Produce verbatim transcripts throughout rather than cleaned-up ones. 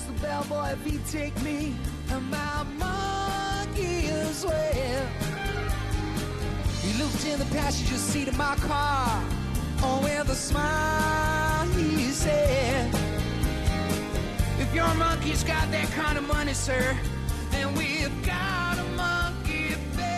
the bellboy if he'd take me and my monkey as well. He looked in the passenger seat of my car, oh, with a smile he said, if your monkey's got that kind of money, sir, then we've got a monkey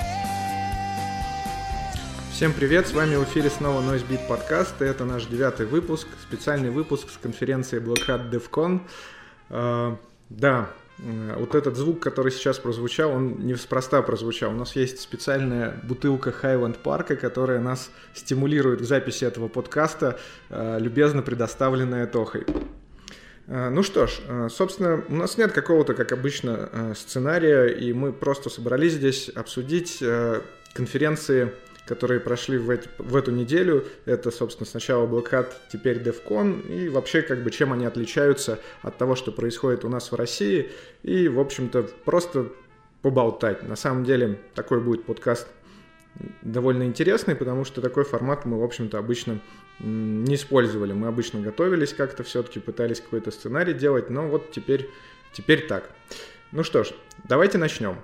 bed. Всем привет, с вами в эфире снова NoiseBeat подкаст, и это наш девятый выпуск, специальный выпуск с конференции Black Hat DevCon. Uh, да, вот этот звук, который сейчас прозвучал, он неспроста прозвучал. У нас есть специальная бутылка Highland Park, которая нас стимулирует к записи этого подкаста, uh, любезно предоставленная Тохой. Uh, ну что ж, uh, собственно, у нас нет какого-то, как обычно, uh, сценария, и мы просто собрались здесь обсудить uh, конференции, которые прошли в, эти, в эту неделю. Это, собственно, сначала Black Hat, теперь DevCon, и вообще, как бы, чем они отличаются от того, что происходит у нас в России, и, в общем-то, просто поболтать. На самом деле, такой будет подкаст довольно интересный, потому что такой формат мы, в общем-то, обычно не использовали. Мы обычно готовились как-то все-таки, пытались какой-то сценарий делать, но вот теперь, теперь так. Ну что ж, давайте начнем.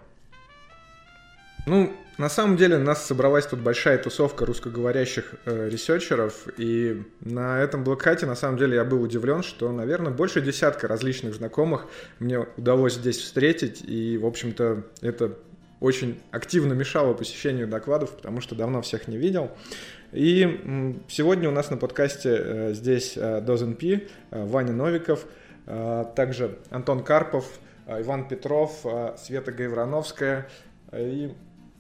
Ну, на самом деле, у нас собралась тут большая тусовка русскоговорящих э, ресерчеров, и на этом Black Hat, на самом деле, я был удивлен, что, наверное, больше десятка различных знакомых мне удалось здесь встретить, и, в общем-то, это очень активно мешало посещению докладов, потому что давно всех не видел. И м, сегодня у нас на подкасте э, здесь э, DozNP, э, Ваня Новиков, э, также Антон Карпов, э, Иван Петров, э, Света Гайврановская, э, и...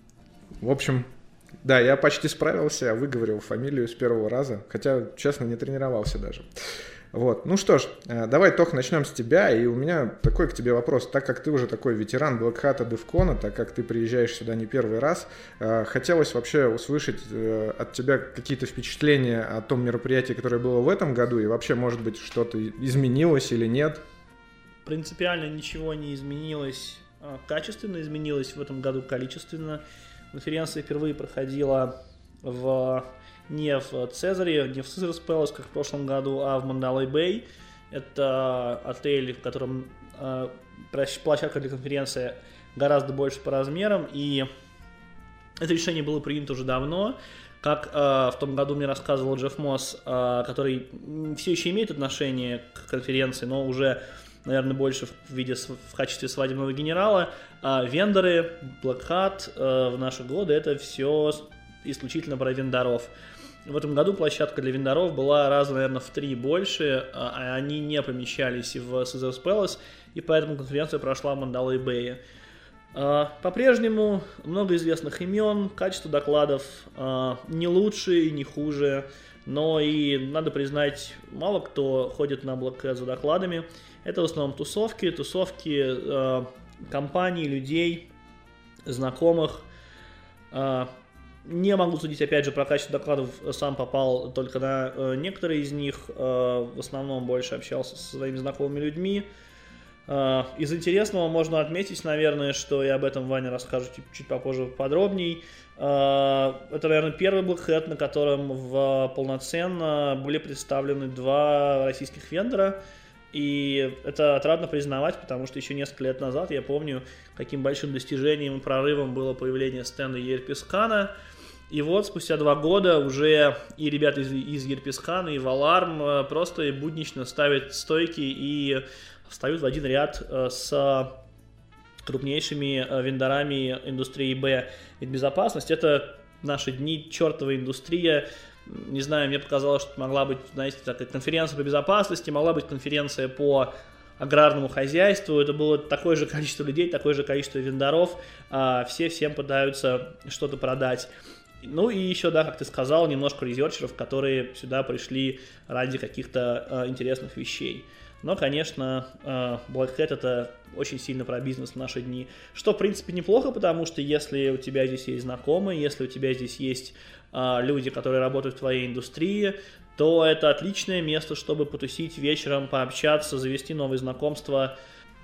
В общем, да, я почти справился, выговорил фамилию с первого раза, хотя, честно, не тренировался даже. Вот, ну что ж, давай, Тох, начнем с тебя, и у меня такой к тебе вопрос. Так как ты уже такой ветеран Black Hat DevCon, так как ты приезжаешь сюда не первый раз, хотелось вообще услышать от тебя какие-то впечатления о том мероприятии, которое было в этом году, и вообще, может быть, что-то изменилось или нет? Принципиально ничего не изменилось, качественно изменилось в этом году количественно. Конференция впервые проходила в, не в Цезаре, не в Caesars Palace, как в прошлом году, а в Mandalay Bay. Это отель, в котором э, площадка для конференции гораздо больше по размерам. И это решение было принято уже давно. Как э, в том году мне рассказывал Джефф Мосс, э, который все еще имеет отношение к конференции, но уже, наверное, больше в виде в качестве свадебного генерала. А вендоры, Black Hat э, в наши годы — это все исключительно про вендоров. В этом году площадка для вендоров была раза, наверное, в три больше, а они не помещались в Caesars Palace, и поэтому конференция прошла в Mandalay Bay. Э, по-прежнему много известных имен, качество докладов э, не лучше и не хуже, но и, надо признать, мало кто ходит на Black Hat за докладами. Это в основном тусовки, тусовки э, компаний, людей, знакомых. Э, не могу судить, опять же, про качество докладов, сам попал только на э, некоторые из них. Э, в основном больше общался со своими знакомыми людьми. Э, из интересного можно отметить, наверное, что я об этом Ваня расскажу чуть, чуть попозже подробней. Э, это, наверное, первый Black Hat, на котором в, полноценно были представлены два российских вендора. И это отрадно признавать, потому что еще несколько лет назад я помню, каким большим достижением и прорывом было появление стенда ERPscan. И вот спустя два года уже и ребята из, из ERPscan, и Valarm просто буднично ставят стойки и встают в один ряд с крупнейшими вендорами индустрии Б. Ведь безопасность — это в наши дни чертова индустрия. Не знаю, мне показалось, что могла быть, знаете, такая конференция по безопасности, могла быть конференция по аграрному хозяйству. Это было такое же количество людей, такое же количество вендоров. Все всем пытаются что-то продать. Ну и еще, да, как ты сказал, немножко резерчеров, которые сюда пришли ради каких-то интересных вещей. Но, конечно, Black Hat — это очень сильно про бизнес в наши дни. Что, в принципе, неплохо, потому что если у тебя здесь есть знакомые, если у тебя здесь есть люди, которые работают в твоей индустрии, то это отличное место, чтобы потусить вечером, пообщаться, завести новые знакомства.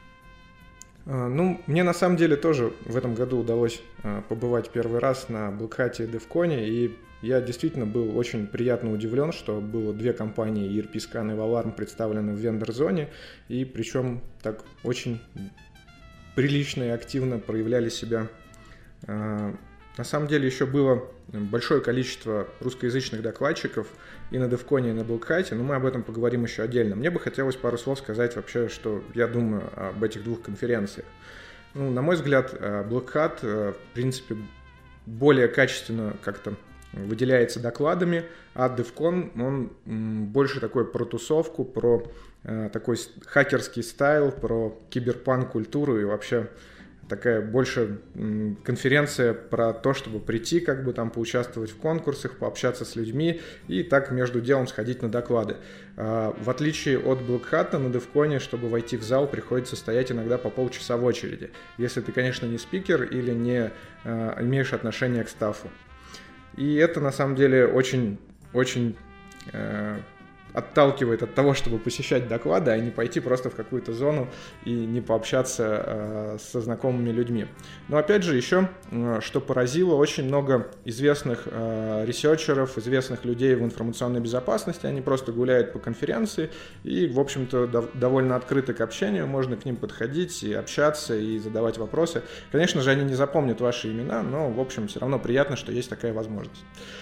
Ну, мне на самом деле тоже в этом году удалось побывать первый раз на Black Hat и DevCon, и Я действительно был очень приятно удивлен, что было две компании и эр пи Scan и Valarm представлены в вендор-зоне, и причем так очень прилично и активно проявляли себя. На самом деле еще было большое количество русскоязычных докладчиков и на DevCon, и на Black Hat, но мы об этом поговорим еще отдельно. Мне бы хотелось пару слов сказать вообще, что я думаю об этих двух конференциях. Ну, на мой взгляд, Black Hat, в принципе, более качественно как-то выделяется докладами, а DevCon, он больше такой про тусовку, про такой хакерский стайл, про киберпанк-культуру и вообще такая больше конференция про то, чтобы прийти, как бы там поучаствовать в конкурсах, пообщаться с людьми и так между делом сходить на доклады. В отличие от Black Hat, на DevCon, чтобы войти в зал, приходится стоять иногда по полчаса в очереди, если ты, конечно, не спикер или не имеешь отношение к стаффу. И это на самом деле очень, очень отталкивает от того, чтобы посещать доклады, а не пойти просто в какую-то зону и не пообщаться э, со знакомыми людьми. Но опять же, еще, э, что поразило, очень много известных э, ресерчеров, известных людей в информационной безопасности, они просто гуляют по конференции и, в общем-то, дов- довольно открыты к общению, можно к ним подходить и общаться, и задавать вопросы. Конечно же, они не запомнят ваши имена, но, в общем, все равно приятно, что есть такая возможность.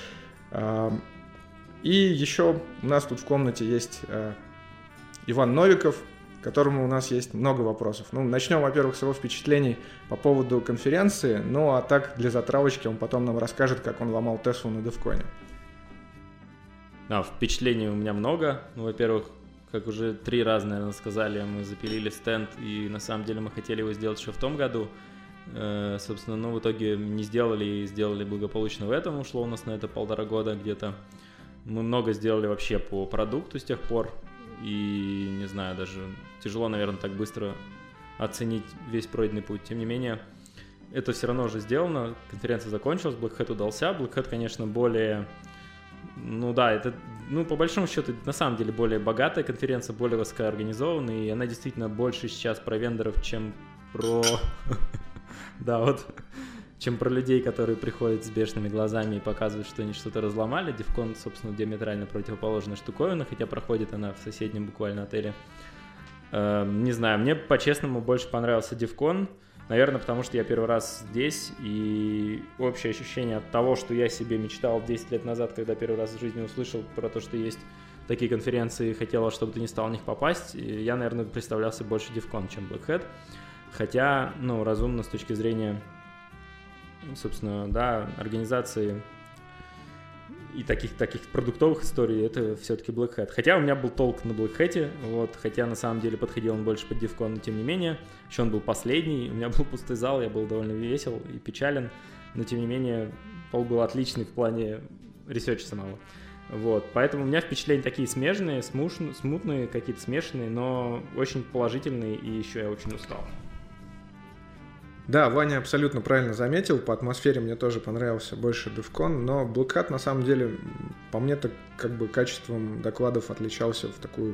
И еще у нас тут в комнате есть э, Иван Новиков, к которому у нас есть много вопросов. Ну, начнем, во-первых, с его впечатлений по поводу конференции, ну а так, для затравочки, он потом нам расскажет, как он ломал Теслу на DevCon. Да, впечатлений у меня много. Ну, во-первых, как уже три раза, наверное, сказали, мы запилили стенд, и на самом деле мы хотели его сделать еще в том году. Э, собственно, но в итоге не сделали и сделали благополучно в этом. Ушло у нас на это полтора года где-то. Мы много сделали вообще по продукту с тех пор, и, не знаю, даже тяжело, наверное, так быстро оценить весь пройденный путь. Тем не менее, это все равно уже сделано, конференция закончилась, Black Hat удался. Black Hat, конечно, более, ну да, это, ну, по большому счету, на самом деле, более богатая конференция, более высокоорганизованная, и она действительно больше сейчас про вендоров, чем про... Да, вот... чем про людей, которые приходят с бешеными глазами и показывают, что они что-то разломали. DevCon, собственно, диаметрально противоположная штуковина, хотя проходит она в соседнем буквально отеле. Э, не знаю, мне по-честному больше понравился DevCon, наверное, потому что я первый раз здесь, и общее ощущение от того, что я себе мечтал десять лет назад, когда первый раз в жизни услышал про то, что есть такие конференции, и хотел, чтобы ты не стал в них попасть, и я, наверное, представлялся больше DevCon, чем Black Hat. Хотя, ну, разумно с точки зрения... собственно, да, организации и таких, таких продуктовых историй, это все-таки Black Hat. Хотя у меня был толк на Black Hat, вот, хотя на самом деле подходил он больше под DevCon, но тем не менее, еще он был последний, у меня был пустой зал, я был довольно весел и печален, но тем не менее, пол был отличный в плане ресерча самого. Вот, поэтому у меня впечатления такие смежные, смушные, смутные, какие-то смешанные, но очень положительные, и еще я очень устал. Да, Ваня абсолютно правильно заметил, по атмосфере мне тоже понравился больше DevCon, но Black Hat на самом деле, по мне, так как бы качеством докладов отличался в такую,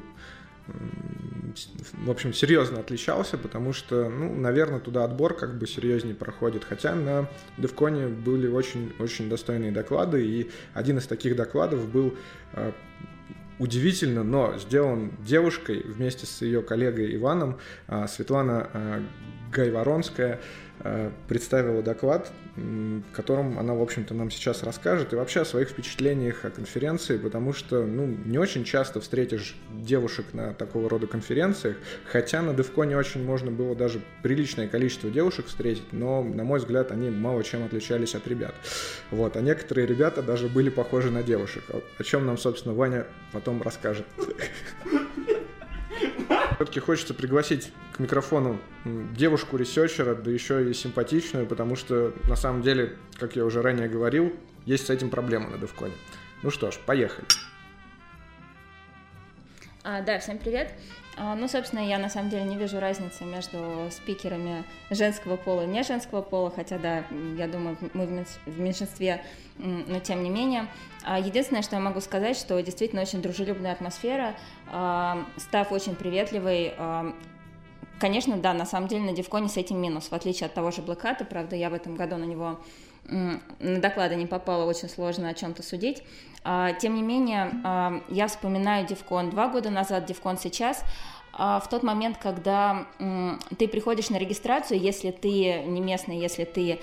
в общем, серьезно отличался, потому что, ну, наверное, туда отбор как бы серьезнее проходит, хотя на DevCon были очень-очень достойные доклады, и один из таких докладов был удивительно, но сделан девушкой вместе с ее коллегой Иваном. Светлана Гайворонская представила доклад, в котором она, в общем-то, нам сейчас расскажет и вообще о своих впечатлениях о конференции, потому что, ну, не очень часто встретишь девушек на такого рода конференциях, хотя на DevCon очень можно было даже приличное количество девушек встретить, но, на мой взгляд, они мало чем отличались от ребят. Вот, а некоторые ребята даже были похожи на девушек, о чем нам, собственно, Ваня потом расскажет. Все-таки хочется пригласить к микрофону девушку-ресерчера, да еще и симпатичную, потому что, на самом деле, как я уже ранее говорил, есть с этим проблема на DevCon. Ну что ж, поехали. А, да, всем привет. А, ну, собственно, я на самом деле не вижу разницы между спикерами женского пола и не женского пола, хотя, да, я думаю, мы в меньшинстве, но тем не менее. А, единственное, что я могу сказать, что действительно очень дружелюбная атмосфера, а, стафф очень приветливый, а, конечно, да, на самом деле на DevCon с этим минус, в отличие от того же Black Hat, правда, я в этом году на него на доклады не попала, очень сложно о чем-то судить. Тем не менее, я вспоминаю DevCon два года назад, DevCon сейчас, в тот момент, когда ты приходишь на регистрацию, если ты не местный, если ты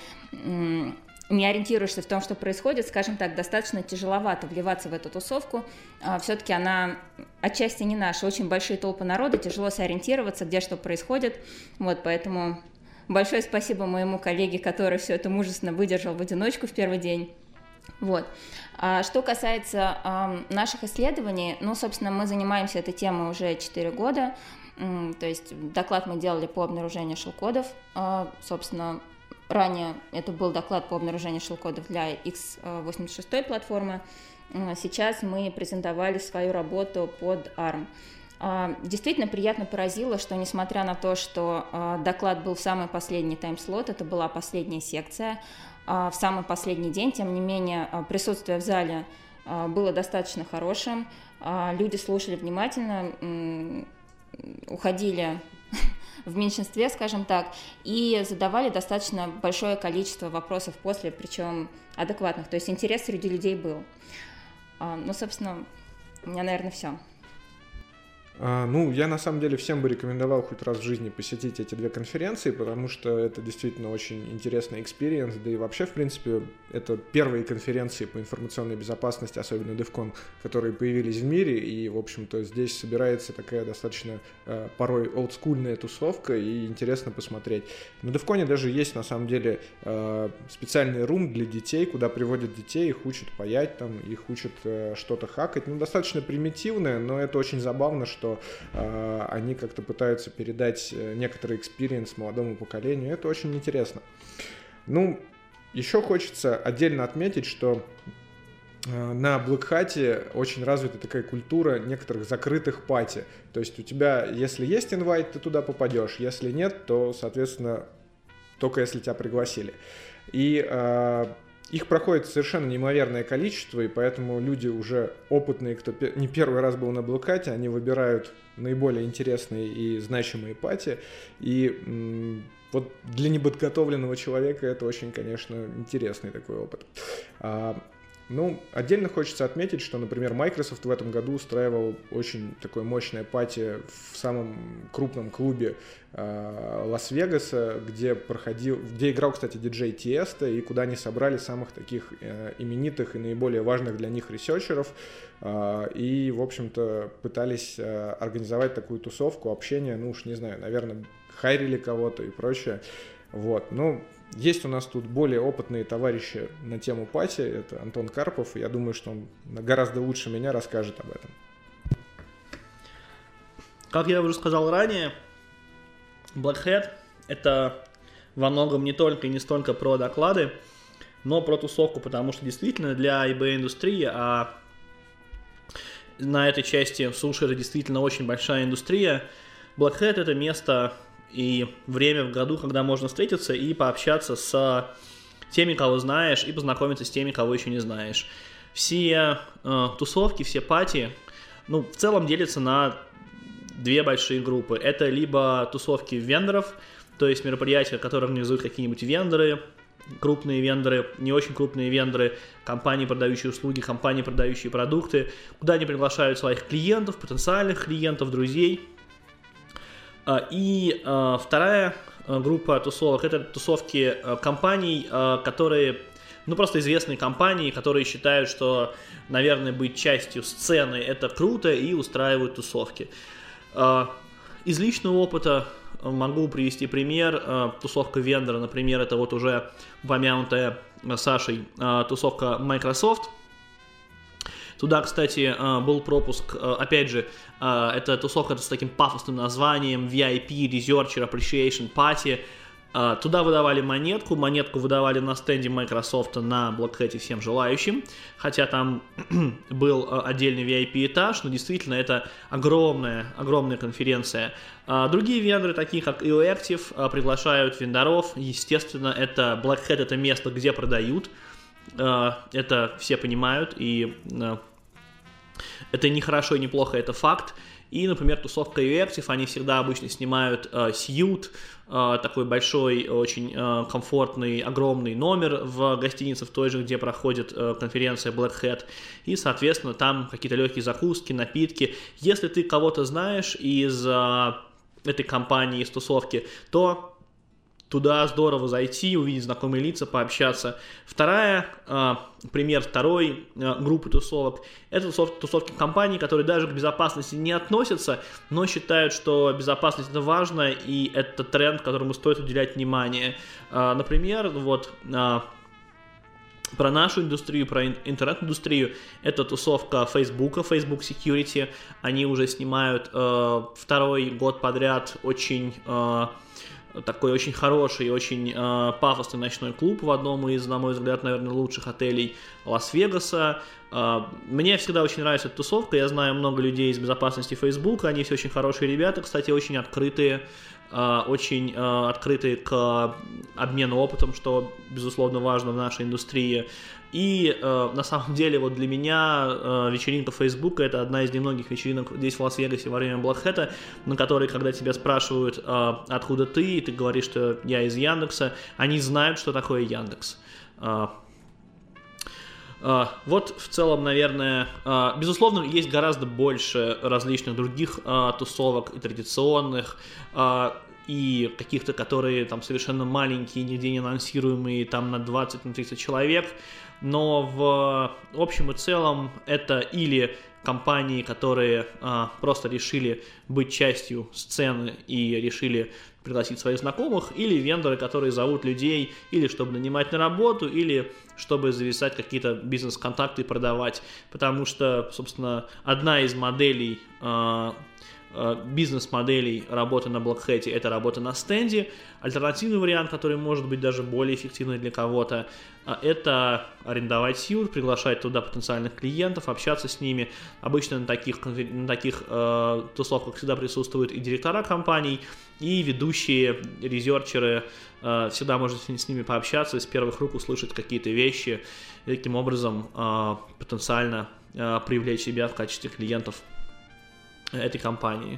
не ориентируешься в том, что происходит, скажем так, достаточно тяжеловато вливаться в эту тусовку. Все-таки она отчасти не наша, очень большие толпы народа, тяжело сориентироваться, где что происходит. Вот, поэтому большое спасибо моему коллеге, который все это мужественно выдержал в одиночку в первый день. Вот. А что касается а, наших исследований, ну, собственно, мы занимаемся этой темой уже четыре года. То есть доклад мы делали по обнаружению шелкодов, а, собственно, ранее это был доклад по обнаружению шелкодов для икс восемьдесят шесть платформы. Сейчас мы презентовали свою работу под арм. Действительно приятно поразило, что несмотря на то, что доклад был в самый последний таймслот, это была последняя секция, в самый последний день, тем не менее присутствие в зале было достаточно хорошим, люди слушали внимательно, уходили в меньшинстве, скажем так, и задавали достаточно большое количество вопросов после, причем адекватных, то есть интерес среди людей был. Ну, собственно, у меня, наверное, все. А, ну, я на самом деле всем бы рекомендовал хоть раз в жизни посетить эти две конференции, потому что это действительно очень интересный экспириенс, да и вообще, в принципе, это первые конференции по информационной безопасности, особенно DevCon, которые появились в мире, и, в общем-то, здесь собирается такая достаточно э, порой олдскульная тусовка, и интересно посмотреть. На DevCon даже есть, на самом деле, э, специальный рум для детей, куда приводят детей, их учат паять, там, их учат э, что-то хакать, ну, достаточно примитивное, но это очень забавно, что э, они как-то пытаются передать некоторый экспириенс молодому поколению. Это очень интересно. Ну, еще хочется отдельно отметить, что э, на Black Hat очень развита такая культура некоторых закрытых пати. То есть у тебя, если есть инвайт, ты туда попадешь. Если нет, то, соответственно, только если тебя пригласили. И э, их проходит совершенно неимоверное количество, и поэтому люди уже опытные, кто не первый раз был на Black Hat, они выбирают наиболее интересные и значимые пати. И м- вот для неподготовленного человека это очень, конечно, интересный такой опыт. А, ну, отдельно хочется отметить, что, например, Microsoft в этом году устраивал очень такое мощное пати в самом крупном клубе э, Лас-Вегаса, где проходил, где играл, кстати, диджей Тиесто, и куда они собрали самых таких э, именитых и наиболее важных для них ресерчеров, э, и, в общем-то, пытались э, организовать такую тусовку, общение, ну уж не знаю, наверное, хайрили кого-то и прочее. Вот, ну, есть у нас тут более опытные товарищи на тему пати, это Антон Карпов, и я думаю, что он гораздо лучше меня расскажет об этом. Как я уже сказал ранее, Black Hat — это во многом не только и не столько про доклады, но про тусовку, потому что действительно для ай би эй-индустрии, а на этой части суши это действительно очень большая индустрия, Black Hat — это место и время в году, когда можно встретиться и пообщаться с теми, кого знаешь, и познакомиться с теми, кого еще не знаешь. Все э, тусовки, все пати, ну, в целом делятся на две большие группы. Это либо тусовки вендоров, то есть мероприятия, которые организуют какие-нибудь вендоры, крупные вендоры, не очень крупные вендоры, компании, продающие услуги, компании, продающие продукты, куда они приглашают своих клиентов, потенциальных клиентов, друзей. И э, вторая группа тусовок — это тусовки э, компаний, э, которые, ну просто известные компании, которые считают, что, наверное, быть частью сцены — это круто, и устраивают тусовки. Э, из личного опыта могу привести пример. Э, тусовка вендора, например, это вот уже упомянутая Сашей э, тусовка Microsoft. Туда, кстати, был пропуск, опять же, это тусовка с таким пафосным названием ви ай пи Researcher Appreciation Party. Туда выдавали монетку, монетку выдавали на стенде Microsoft на Black Hat всем желающим, хотя там был отдельный ви ай пи этаж, но действительно это огромная, огромная конференция. Другие вендоры, такие как EOActive, приглашают вендоров, естественно, это Black Hat — это место, где продают. Это все понимают, и это не хорошо и не плохо, это факт. И, например, тусовка Uactive, они всегда обычно снимают э, сьют, э, такой большой, очень э, комфортный, огромный номер в гостинице, в той же, где проходит э, конференция Black Hat, и, соответственно, там какие-то легкие закуски, напитки. Если ты кого-то знаешь из э, этой компании, из тусовки, то туда здорово зайти, увидеть знакомые лица, пообщаться. Вторая, э, пример второй э, группы тусовок, это тусовки, тусовки компаний, которые даже к безопасности не относятся, но считают, что безопасность это важно, и это тренд, которому стоит уделять внимание. Э, например, вот э, про нашу индустрию, про интернет-индустрию, это тусовка Facebook, Facebook Security, они уже снимают э, второй год подряд очень... Э, такой очень хороший и очень э, пафосный ночной клуб в одном из, на мой взгляд, наверное, лучших отелей Лас-Вегаса. Э, мне всегда очень нравится эта тусовка, я знаю много людей из безопасности Facebook, они все очень хорошие ребята, кстати, очень открытые, э, очень э, открытые к обмену опытом, что, безусловно, важно в нашей индустрии. И э, на самом деле вот для меня э, вечеринка Facebook это одна из немногих вечеринок здесь в Лас-Вегасе во время Black Hat, на которой, когда тебя спрашивают, э, откуда ты, и ты говоришь, что я из Яндекса, они знают, что такое Яндекс. Э, э, вот в целом, наверное, э, безусловно, есть гораздо больше различных других э, тусовок и традиционных, э, и каких-то, которые там совершенно маленькие, нигде не анонсируемые, там на двадцать-тридцать человек, но в общем и целом это или компании, которые а, просто решили быть частью сцены и решили пригласить своих знакомых, или вендоры, которые зовут людей или чтобы нанимать на работу, или чтобы зависать какие-то бизнес-контакты и продавать, потому что, собственно, одна из моделей а, бизнес-моделей работы на Black Hat — это работа на стенде. Альтернативный вариант, который может быть даже более эффективный для кого-то, это арендовать сьют, приглашать туда потенциальных клиентов, общаться с ними. Обычно на таких, на таких э, тусовках всегда присутствуют и директора компаний, и ведущие резерчеры. Э, всегда можно с ними пообщаться, из первых рук услышать какие-то вещи, и таким образом э, потенциально э, привлечь себя в качестве клиентов этой компании.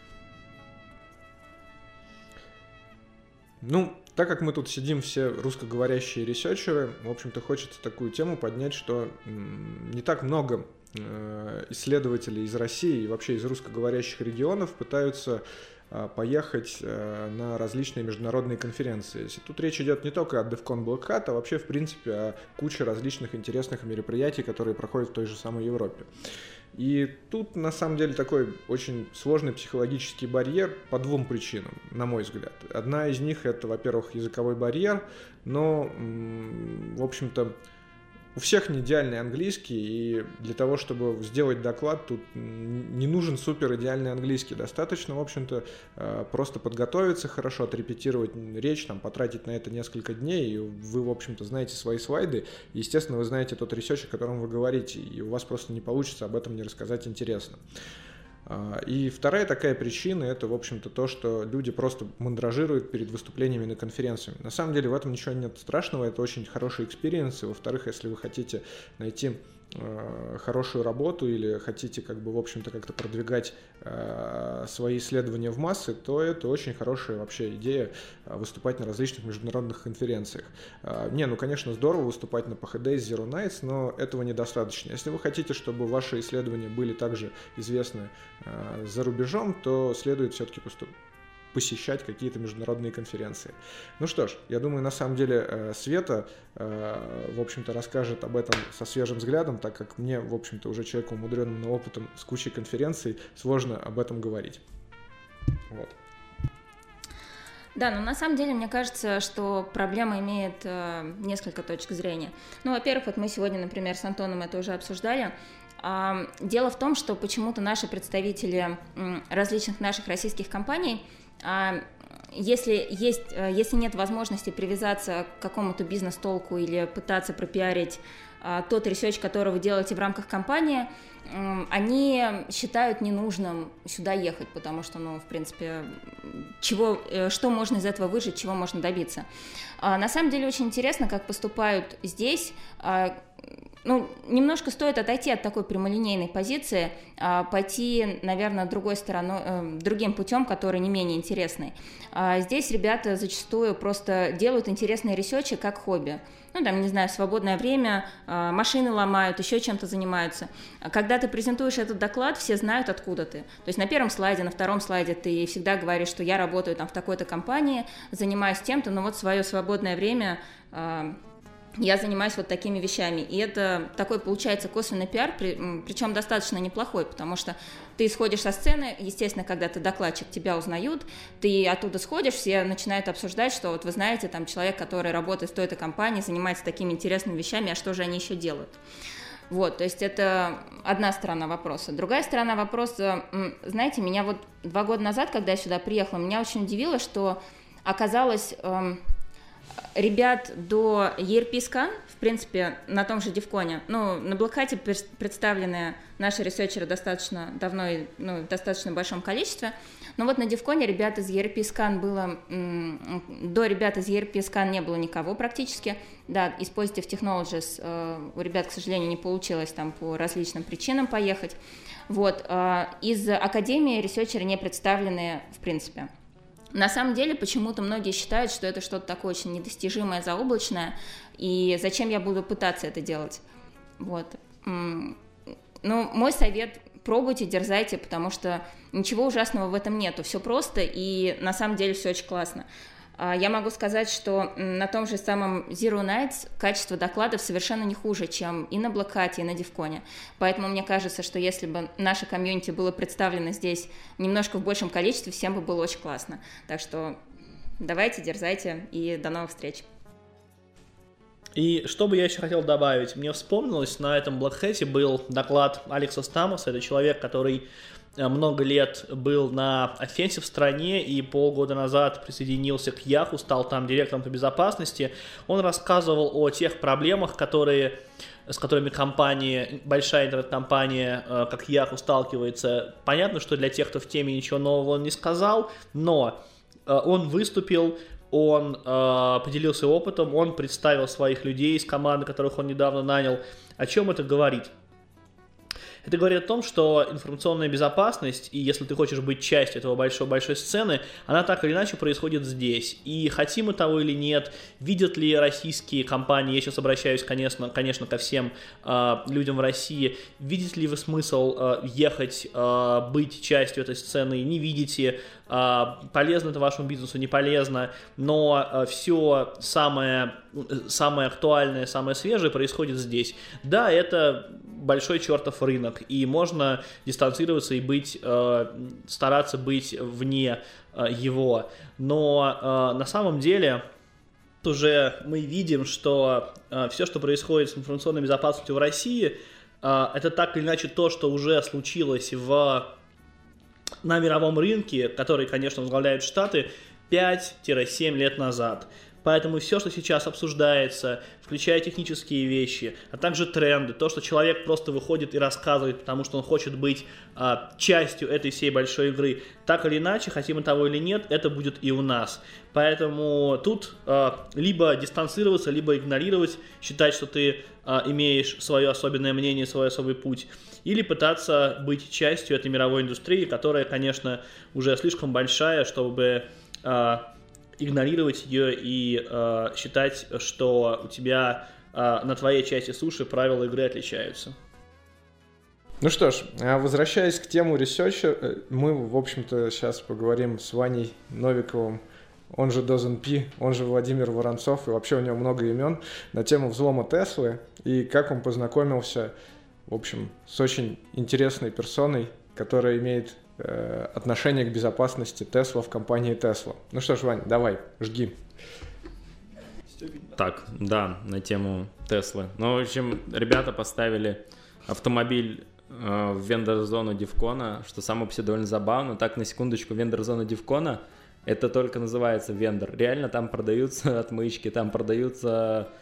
Ну, так как мы тут сидим все русскоговорящие ресерчеры, в общем-то, хочется такую тему поднять, что не так много исследователей из России и вообще из русскоговорящих регионов пытаются поехать на различные международные конференции. Тут речь идет не только о DevCon Black Hat, а вообще, в принципе, о куче различных интересных мероприятий, которые проходят в той же самой Европе. И тут, на самом деле, такой очень сложный психологический барьер по двум причинам, на мой взгляд. Одна из них — это, во-первых, языковой барьер, но, в общем-то, у всех не идеальный английский, и для того, чтобы сделать доклад, тут не нужен супер идеальный английский. Достаточно, в общем-то, просто подготовиться хорошо, отрепетировать речь, там, потратить на это несколько дней, и вы, в общем-то, знаете свои слайды. Естественно, вы знаете тот ресерч, о котором вы говорите, и у вас просто не получится об этом не рассказать интересно. И вторая такая причина — это, в общем-то, то, что люди просто мандражируют перед выступлениями на конференциях. На самом деле в этом ничего нет страшного, это очень хороший экспириенс. И, во-вторых, если вы хотите найти э, хорошую работу или хотите, как бы, в общем-то, как-то продвигать э, свои исследования в массы, то это очень хорошая вообще идея э, выступать на различных международных конференциях. Э, не, ну, конечно, здорово выступать на пи эйч ди, Zero Nights, но этого недостаточно. Если вы хотите, чтобы ваши исследования были также известны э, за рубежом, то следует все-таки поступать. посещать какие-то международные конференции. Ну что ж, я думаю, на самом деле Света, в общем-то, расскажет об этом со свежим взглядом, так как мне, в общем-то, уже человеку умудренным опытом с кучей конференций сложно об этом говорить. Вот. Да, но на самом деле мне кажется, что проблема имеет э, несколько точек зрения. Ну, во-первых, вот мы сегодня, например, с Антоном это уже обсуждали. Э, дело в том, что почему-то наши представители э, различных наших российских компаний, э, если, есть, э, если нет возможности привязаться к какому-то бизнес-толку или пытаться пропиарить тот ресерч, который вы делаете в рамках компании, они считают ненужным сюда ехать, потому что, ну, в принципе, чего, что можно из этого выжить, чего можно добиться. На самом деле очень интересно, как поступают здесь. Ну, немножко стоит отойти от такой прямолинейной позиции, пойти, наверное, другой стороной, другим путем, который не менее интересный. Здесь ребята зачастую просто делают интересные ресерчи как хобби. Ну, там, не знаю, свободное время, машины ломают, еще чем-то занимаются. Когда ты презентуешь этот доклад, все знают, откуда ты. То есть на первом слайде, на втором слайде ты всегда говоришь, что я работаю там в такой-то компании, занимаюсь тем-то, но вот свое свободное время я занимаюсь вот такими вещами. И это такой, получается, косвенный пиар, причем достаточно неплохой, потому что ты сходишь со сцены, естественно, когда ты докладчик, тебя узнают, ты оттуда сходишь, все начинают обсуждать, что вот вы знаете, там человек, который работает в той-то компании, занимается такими интересными вещами, а что же они еще делают? Вот, то есть это одна сторона вопроса. Другая сторона вопроса, знаете, меня вот два года назад, когда я сюда приехала, меня очень удивило, что оказалось... Ребят до и эр пи Scan, в принципе, на том же DevCon, ну, на Black Hat представлены наши ресерчеры достаточно давно и ну, в достаточно большом количестве, но вот на DevCon ребят из и эр пи Scan было, до ребят из и эр пи Scan не было никого практически, да, из Positive Technologies у ребят, к сожалению, не получилось там по различным причинам поехать, вот, из Академии ресерчеры не представлены в принципе. На самом деле, почему-то многие считают, что это что-то такое очень недостижимое, заоблачное, и зачем я буду пытаться это делать. Вот. Ну, мой совет – пробуйте, дерзайте, потому что ничего ужасного в этом нету, все просто, и на самом деле все очень классно. Я могу сказать, что на том же самом Zero Nights качество докладов совершенно не хуже, чем и на Black Hat, и на DevCon. Поэтому мне кажется, что если бы наше комьюнити было представлено здесь немножко в большем количестве, всем бы было очень классно. Так что давайте, дерзайте, и до новых встреч. И что бы я еще хотел добавить? Мне вспомнилось, на этом Black Hat был доклад Алекса Стамоса, это человек, который много лет был на Offensive в стране и полгода назад присоединился к Yahoo, стал там директором по безопасности. Он рассказывал о тех проблемах, которые, с которыми компания, большая интернет-компания, как Yahoo, сталкивается. Понятно, что для тех, кто в теме, ничего нового он не сказал, но он выступил, он поделился опытом, он представил своих людей из команды, которых он недавно нанял. О чем это говорит? Это говорит о том, что информационная безопасность, и если ты хочешь быть частью этого большой-большой сцены, она так или иначе происходит здесь. И хотим мы того или нет, видят ли российские компании, я сейчас обращаюсь, конечно, конечно ко всем э, людям в России, видите ли вы смысл э, ехать, э, быть частью этой сцены, не видите, э, полезно это вашему бизнесу, не полезно, но э, все самое, самое актуальное, самое свежее происходит здесь. Да, это большой чертов рынок, и можно дистанцироваться и быть, э, стараться быть вне э, его. Но э, на самом деле уже мы видим, что э, все, что происходит с информационной безопасностью в России, э, это так или иначе то, что уже случилось в, на мировом рынке, который, конечно, возглавляют Штаты, пять-семь лет назад. Поэтому все, что сейчас обсуждается, включая технические вещи, а также тренды, то, что человек просто выходит и рассказывает, потому что он хочет быть а, частью этой всей большой игры, так или иначе, хотим мы того или нет, это будет и у нас. Поэтому тут а, либо дистанцироваться, либо игнорировать, считать, что ты а, имеешь свое особенное мнение, свой особый путь, или пытаться быть частью этой мировой индустрии, которая, конечно, уже слишком большая, чтобы... А, игнорировать ее и э, считать, что у тебя э, на твоей части суши правила игры отличаются. Ну что ж, возвращаясь к тему ресерча, мы, в общем-то, сейчас поговорим с Ваней Новиковым, он же Дозен Пи, он же Владимир Воронцов, и вообще у него много имен, на тему взлома Теслы, и как он познакомился, в общем, с очень интересной персоной, которая имеет отношение к безопасности Тесла в компании Tesla. Ну что ж, Вань, давай, жги. Так, да, на тему Теслы. Ну, в общем, ребята поставили автомобиль э, в вендор-зону DevCon, что само по себе довольно забавно. Так, на секундочку, вендор-зона DevCon это только называется вендор. Реально там продаются отмычки, там продаются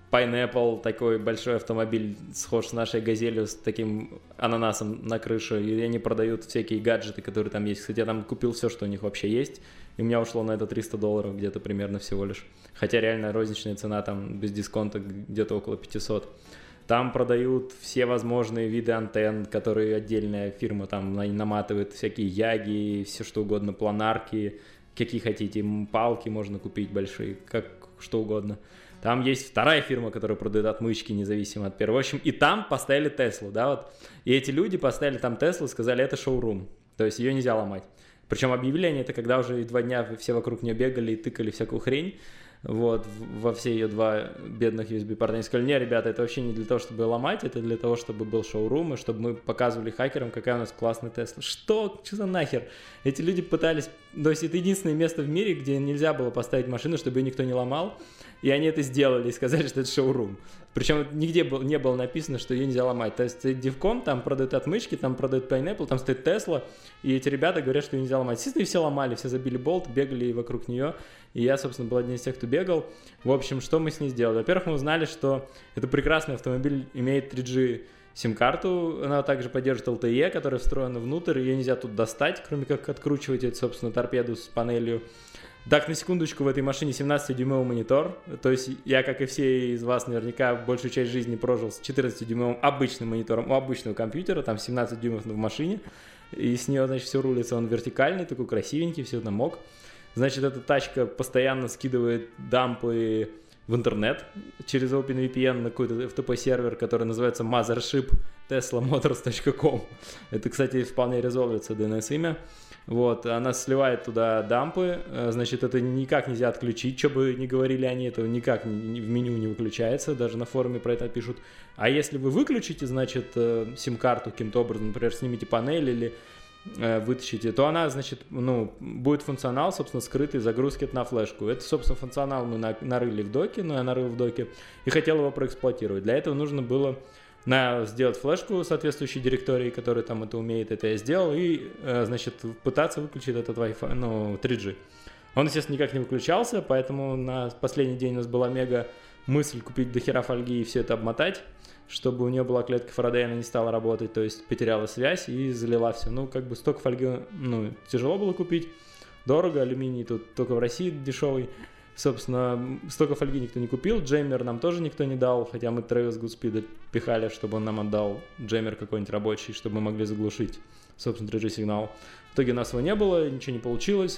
Pineapple, такой большой автомобиль, схож с нашей «Газелью», с таким ананасом на крыше, и они продают всякие гаджеты, которые там есть. Кстати, я там купил все, что у них вообще есть, и у меня ушло на это триста долларов где-то примерно всего лишь. Хотя реально розничная цена там без дисконта где-то около пятьсот. Там продают все возможные виды антенн, которые отдельная фирма там наматывает, всякие яги, все что угодно, планарки, какие хотите, палки можно купить большие, как что угодно. Там есть вторая фирма, которая продает отмычки, независимо от первой. В общем, и там поставили Теслу, да, вот. И эти люди поставили там Теслу и сказали, это шоурум, то есть ее нельзя ломать. Причем объявили они это, когда уже два дня все вокруг нее бегали и тыкали всякую хрень, вот, во все ее два бедных ю эс би-порта. Они сказали, не, ребята, это вообще не для того, чтобы ломать, это для того, чтобы был шоурум, и чтобы мы показывали хакерам, какая у нас классная Тесла. Что? Что за нахер? Эти люди пытались... То есть это единственное место в мире, где нельзя было поставить машину, чтобы ее никто не ломал, и они это сделали и сказали, что это шоурум. Причем нигде был, не было написано, что ее нельзя ломать. То есть DevCon, там продают отмычки, там продают Pineapple, там стоит Tesla, и эти ребята говорят, что ее нельзя ломать. Естественно, все ломали, все забили болт, бегали вокруг нее, и я, собственно, был один из тех, кто бегал. В общем, что мы с ней сделали? Во-первых, мы узнали, что это прекрасный автомобиль, имеет три джи сим-карту, она также поддерживает эл ти и, которая встроена внутрь, ее нельзя тут достать, кроме как откручивать эту, собственно, торпеду с панелью. Так, на секундочку, в этой машине семнадцатидюймовый монитор, то есть я, как и все из вас, наверняка большую часть жизни прожил с четырнадцатидюймовым обычным монитором у обычного компьютера, там семнадцать дюймов в машине, и с нее, значит, все рулится, он вертикальный, такой красивенький, все это мог. Значит, эта тачка постоянно скидывает дампы в интернет через OpenVPN на какой-то эф ти пи-сервер, который называется mothership tesla motors точка ком. Это, кстати, вполне резолвится ди эн эс-имя. Вот, она сливает туда дампы, значит, это никак нельзя отключить, что бы ни говорили они, это никак в меню не выключается, даже на форуме про это пишут. А если вы выключите, значит, сим-карту каким-то образом, например, снимите панель или вытащите, то она, значит, ну, будет функционал, собственно, скрытый загрузки на флешку. Это, собственно, функционал мы нарыли в доке, но я нарыл в доке и хотел его проэксплуатировать. Для этого нужно было на, сделать флешку соответствующей директории, которая там это умеет, это я сделал, и, значит, пытаться выключить этот Wi-Fi, ну, три джи. Он, естественно, никак не выключался, поэтому на последний день у нас была мега мысль купить дохера фольги и все это обмотать, чтобы у нее была клетка Фарадея, она не стала работать, то есть потеряла связь и залила все. Ну, как бы столько фольги, ну, тяжело было купить, дорого, алюминий тут только в России дешевый. Собственно, столько фольги никто не купил, джеммер нам тоже никто не дал, хотя мы Travis Goodspeed пихали, чтобы он нам отдал джеммер какой-нибудь рабочий, чтобы мы могли заглушить, собственно, три джи сигнал. В итоге у нас его не было, ничего не получилось,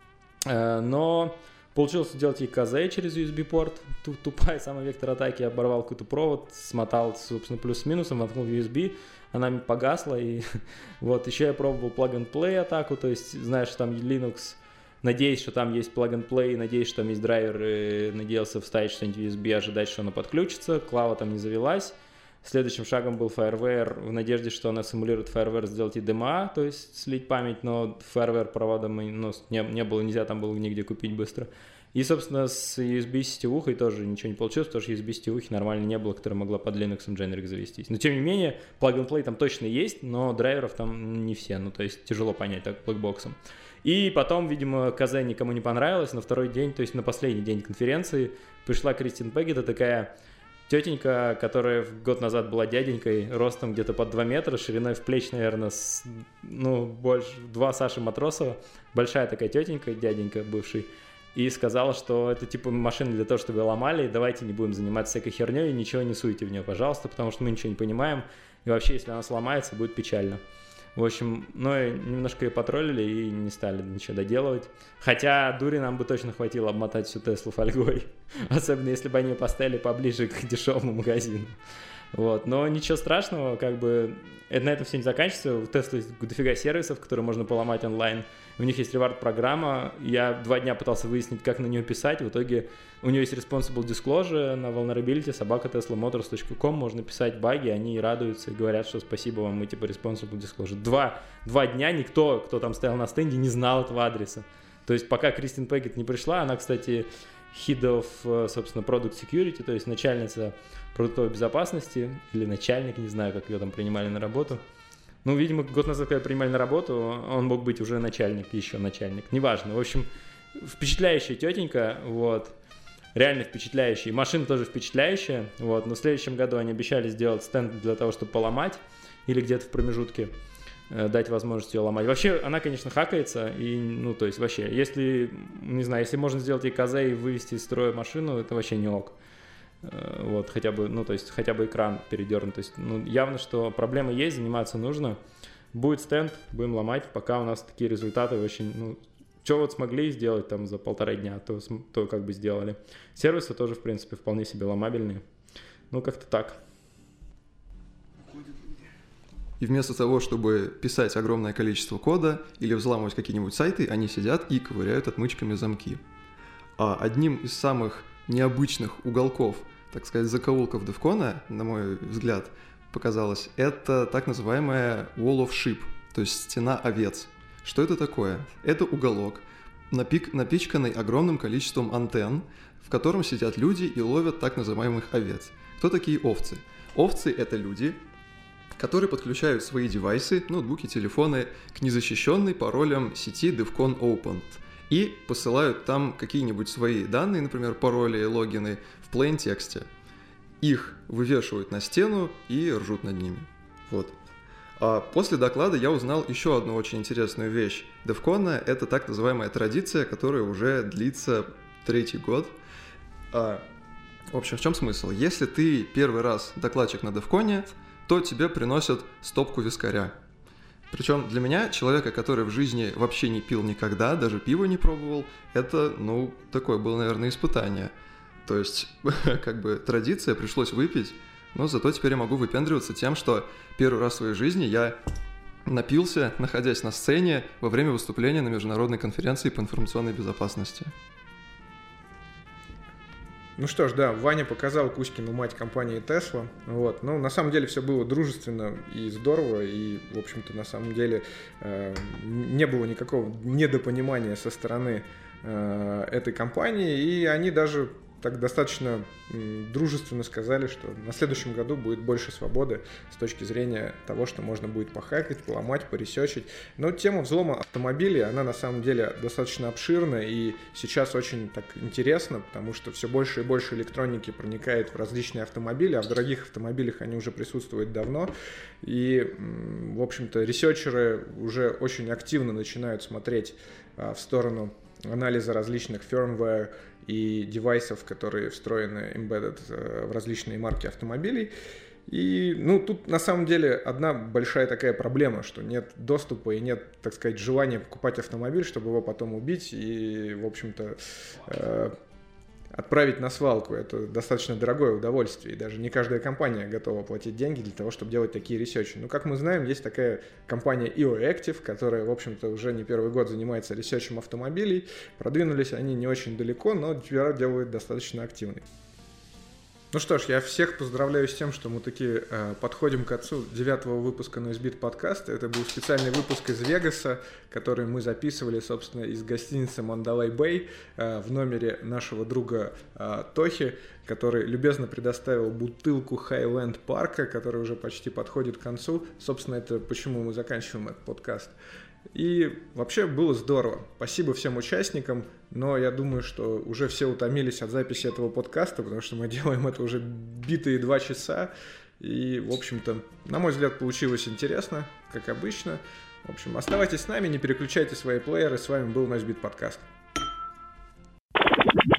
но получилось сделать и КЗ через ю эс би-порт, тупая самый вектор атаки, оборвал какой-то провод, смотал, собственно, плюс с минусом, воткнул в ю эс би, она погасла, и вот, еще я пробовал plug-and-play атаку, то есть, знаешь, там Linux, надеюсь, что там есть plug-and-play, надеюсь, что там есть драйвер, и надеялся вставить что-нибудь в ю эс би, ожидать, что оно подключится, клава там не завелась. Следующим шагом был FireWire, в надежде, что она симулирует FireWire, сделать и ди эм эй, то есть слить память, но FireWire провода мы, ну, не, не было, нельзя там было нигде купить быстро. И, собственно, с ю эс би-сетевухой тоже ничего не получилось, потому что ю эс би-сетевухи нормально не было, которая могла под Linux Generic завестись. Но, тем не менее, plug-and-play там точно есть, но драйверов там не все, ну, то есть тяжело понять так блэкбоксом. И потом, видимо, КЗ никому не понравилось, на второй день, то есть на последний день конференции пришла Кристин Пегги, это такая тетенька, которая год назад была дяденькой, ростом где-то под два метра, шириной в плеч, наверное, с, ну, больше, два Саши Матросова, большая такая тетенька, дяденька бывший, и сказала, что это типа машина для того, чтобы ее ломали, давайте не будем заниматься всякой херней, ничего не суйте в нее, пожалуйста, потому что мы ничего не понимаем, и вообще, если она сломается, будет печально. В общем, ну и немножко ее потроллили и не стали ничего доделывать. Хотя дури нам бы точно хватило обмотать всю Теслу фольгой. Особенно если бы они ее поставили поближе к дешевому магазину. Вот. Но ничего страшного, как бы это, на этом все не заканчивается. У Теслы есть дофига сервисов, которые можно поломать онлайн. У них есть ревард-программа. Я два дня пытался выяснить, как на нее писать. В итоге у нее есть responsible disclosure на vulnerability собака tesla motors точка ком. Можно писать баги, они радуются и говорят, что спасибо вам, мы типа responsible disclosure. Два, два дня никто, кто там стоял на стенде, не знал этого адреса. То есть пока Кристин Пеггет не пришла, она, кстати, head of, собственно, product security, то есть начальница продуктовой безопасности или начальник, не знаю, как ее там принимали на работу. Ну, видимо, год назад, когда принимали на работу, он мог быть уже начальник, еще начальник, неважно. В общем, впечатляющая тетенька, вот. реально впечатляющий. Машина тоже впечатляющая, вот, но в следующем году они обещали сделать стенд для того, чтобы поломать, или где-то в промежутке э, дать возможность ее ломать. Вообще, она, конечно, хакается, и, ну, то есть, вообще, если, не знаю, если можно сделать ей КЗ и вывести из строя машину, это вообще не ок. Э, вот, хотя бы, ну, то есть, хотя бы экран передернут. То есть, ну, явно, что проблемы есть, заниматься нужно. Будет стенд, будем ломать, пока у нас такие результаты очень, ну, что вот смогли сделать там за полтора дня, то, то как бы сделали. Сервисы тоже, в принципе, вполне себе ломабельные. Ну, как-то так. И вместо того, чтобы писать огромное количество кода или взламывать какие-нибудь сайты, они сидят и ковыряют отмычками замки. А одним из самых необычных уголков, так сказать, закоулков DevCon, на мой взгляд, показалось, это так называемая Wall of Sheep, то есть стена овец. Что это такое? Это уголок, напик, напичканный огромным количеством антенн, в котором сидят люди и ловят так называемых овец. Кто такие овцы? Овцы — это люди, которые подключают свои девайсы, ноутбуки, телефоны к незащищенной паролем сети DevCon Open и посылают там какие-нибудь свои данные, например, пароли, логины в plain тексте. Их вывешивают на стену и ржут над ними. Вот. А после доклада я узнал еще одну очень интересную вещь. DevCon — это так называемая традиция, которая уже длится третий год. А, в общем, в чем смысл? Если ты первый раз докладчик на DevCon, то тебе приносят стопку вискаря. Причем для меня, человека, который в жизни вообще не пил никогда, даже пиво не пробовал, это, ну, такое было, наверное, испытание. То есть, как бы, традиция, пришлось выпить. Но зато теперь я могу выпендриваться тем, что первый раз в своей жизни я напился, находясь на сцене во время выступления на международной конференции по информационной безопасности. Ну что ж, да, Ваня показал Кузькину мать компании Tesla. Вот. Ну, на самом деле все было дружественно и здорово, и, в общем-то, на самом деле э, не было никакого недопонимания со стороны э, этой компании, и они даже так достаточно дружественно сказали, что на следующем году будет больше свободы с точки зрения того, что можно будет похакать, поломать, поресечить. Но тема взлома автомобилей, она на самом деле достаточно обширна и сейчас очень так интересно, потому что все больше и больше электроники проникает в различные автомобили, а в дорогих автомобилях они уже присутствуют давно. И, в общем-то, ресерчеры уже очень активно начинают смотреть в сторону анализа различных firmware и девайсов, которые встроены, embedded в различные марки автомобилей. И, ну, тут на самом деле одна большая такая проблема, что нет доступа и нет, так сказать, желания покупать автомобиль, чтобы его потом убить и, в общем-то, э, отправить на свалку. Это достаточно дорогое удовольствие, и даже не каждая компания готова платить деньги для того, чтобы делать такие ресерчи. Ну, как мы знаем, есть такая компания EOActive, которая, в общем-то, уже не первый год занимается ресерчем автомобилей. Продвинулись они не очень далеко, но теперь делают достаточно активный. Ну что ж, я всех поздравляю с тем, что мы таки э, подходим к концу девятого выпуска NoiseBeat подкаста. Это был специальный выпуск из Вегаса, который мы записывали, собственно, из гостиницы Mandalay Bay э, в номере нашего друга э, Тохи, который любезно предоставил бутылку Highland Park, которая уже почти подходит к концу. Собственно, это почему мы заканчиваем этот подкаст. И вообще было здорово. Спасибо всем участникам, но я думаю, что уже все утомились от записи этого подкаста, потому что мы делаем это уже битые два часа. И, в общем-то, на мой взгляд, получилось интересно, как обычно. В общем, оставайтесь с нами, не переключайте свои плееры. С вами был NoiseBeat подкаст.